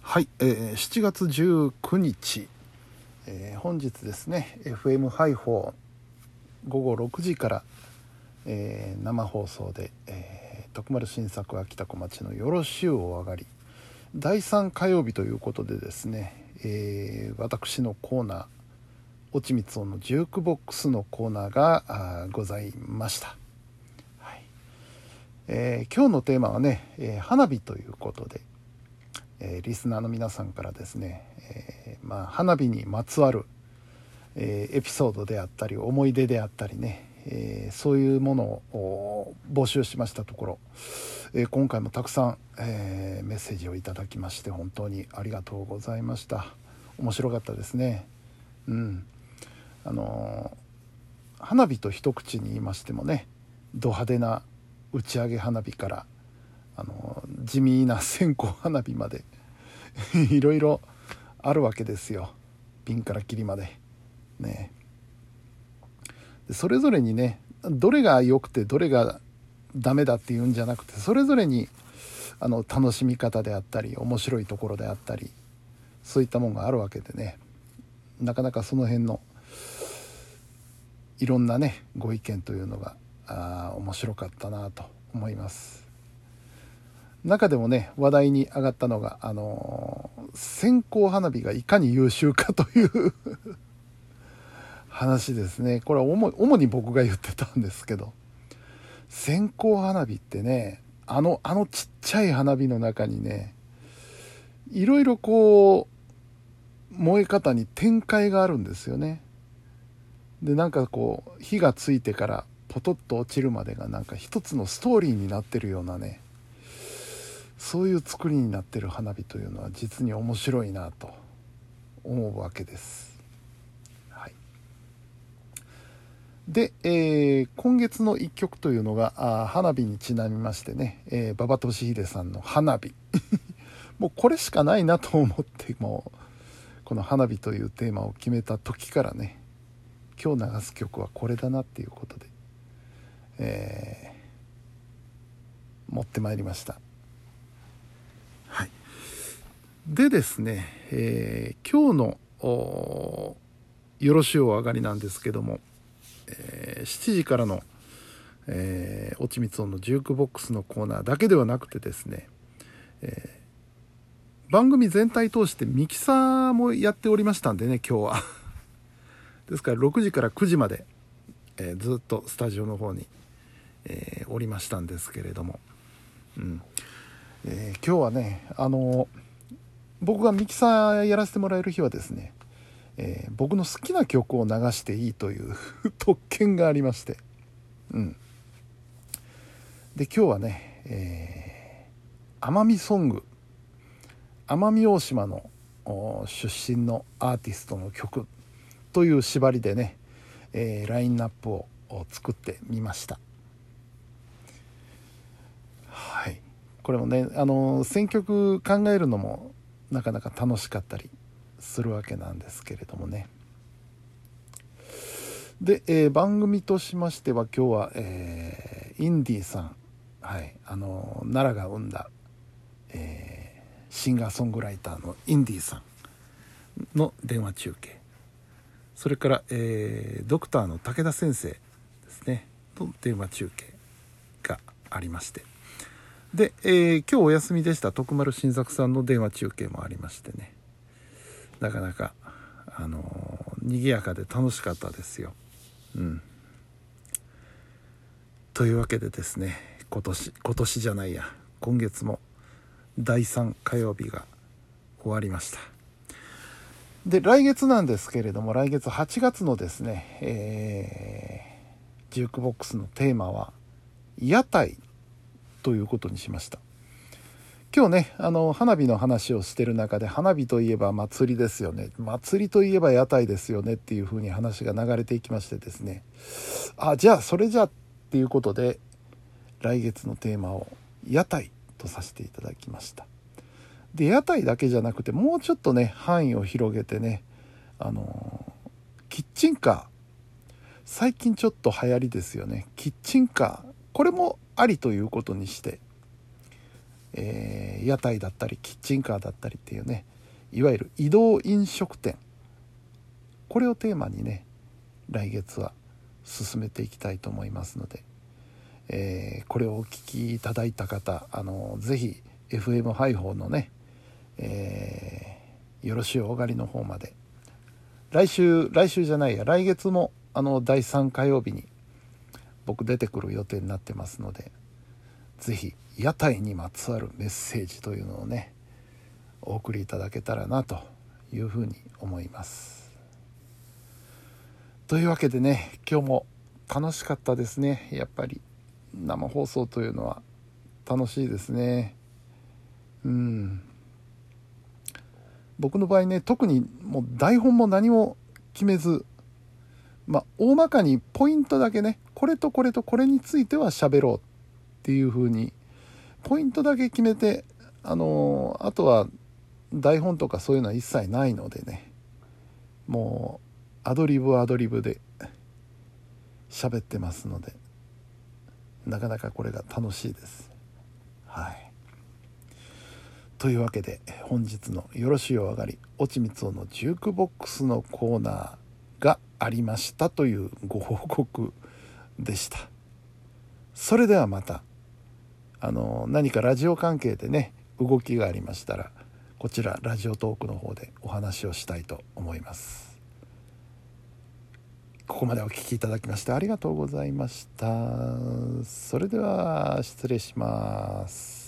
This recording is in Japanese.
はい、7月19日、本日ですね FM ハイフォー午後6時から、生放送で、徳丸新作秋田小町のよろしゅうお上がり第3火曜日ということでですね、私のコーナーおちみつおのジュークボックスのコーナーがございました。はい。今日のテーマはね、花火ということで、リスナーの皆さんからですね、花火にまつわる、エピソードであったり思い出であったりね、そういうものを募集しましたところ、今回もたくさん、メッセージをいただきまして本当にありがとうございました。面白かったですね。花火と一口に言いましてもね、ド派手な打ち上げ花火から地味な線香花火までいろいろあるわけですよ。ピンからキリまでね。でそれぞれにね、どれが良くてどれがダメだっていうんじゃなくて、それぞれに楽しみ方であったり面白いところであったり、そういったものがあるわけでね、なかなかその辺のいろんなねご意見というのが面白かったなと思います。中でもね話題に上がったのが線香花火がいかに優秀かという話ですね。これは主に僕が言ってたんですけど、線香花火ってね、あのちっちゃい花火の中にね、いろいろこう燃え方に展開があるんですよね。でなんかこう火がついてからポトッと落ちるまでがなんか一つのストーリーになってるようなね、そういう作りになってる花火というのは実に面白いなと思うわけです。はい。で、今月の一曲というのが花火にちなみましてね、馬場俊秀さんの花火もうこれしかないなと思って、もうこの花火というテーマを決めた時からね、今日流す曲はこれだなっていうことで、持ってまいりました。はい。でですね、今日のよろしゅうお上がりなんですけども、7時からの、おちみつおのジュークボックスのコーナーだけではなくてですね、番組全体通してミキサーもやっておりましたんでね、今日はですから6時から9時まで、ずっとスタジオの方に、おりましたんですけれども、今日はね僕がミキサーやらせてもらえる日はですね、僕の好きな曲を流していいという特権がありまして、で今日はね、奄美ソング、奄美大島の出身のアーティストの曲という縛りでね、ラインナップを作ってみました。はい。これもね選曲考えるのもなかなか楽しかったりするわけなんですけれどもね。で、番組としましては今日は、インディーさん、はい、奈良が生んだ、シンガーソングライターのインディーさんの電話中継、それから、ドクターの武田先生ですねの電話中継がありまして、で、今日お休みでした徳丸新作さんの電話中継もありましてね、なかなか賑やかで楽しかったですよ。というわけでですね、今年じゃないや、今月も第3火曜日が終わりました。で来月なんですけれども、来月8月のですね、ジュークボックスのテーマは屋台ということにしました。今日ね花火の話をしてる中で、花火といえば祭りですよね、祭りといえば屋台ですよねっていう風に話が流れていきましてですね、じゃあそれじゃあっていうことで来月のテーマを屋台とさせていただきました。で屋台だけじゃなくてもうちょっとね範囲を広げてね、キッチンカー、最近ちょっと流行りですよね、キッチンカー、これもありということにして、 屋台だったりキッチンカーだったりっていうね、いわゆる移動飲食店、これをテーマにね来月は進めていきたいと思いますので、これをお聞きいただいた方、ぜひ FM ハイホーのね、よろしいお上がりの方まで、来週じゃないや、来月も第3火曜日に僕出てくる予定になってますので、ぜひ屋台にまつわるメッセージというのをねお送りいただけたらなというふうに思います。というわけでね、今日も楽しかったですね。やっぱり生放送というのは楽しいですね。僕の場合ね、特にもう台本も何も決めず、大まかにポイントだけね、これとこれとこれについては喋ろうっていう風にポイントだけ決めて、あとは台本とかそういうのは一切ないのでね、もうアドリブで喋ってますので、なかなかこれが楽しいです。はい。というわけで本日のよろしいお上がり、越智光雄のジュークボックスのコーナーがありましたというご報告でした。それではまた何かラジオ関係でね動きがありましたら、こちらラジオトークの方でお話をしたいと思います。ここまでお聞きいただきましてありがとうございました。それでは失礼します。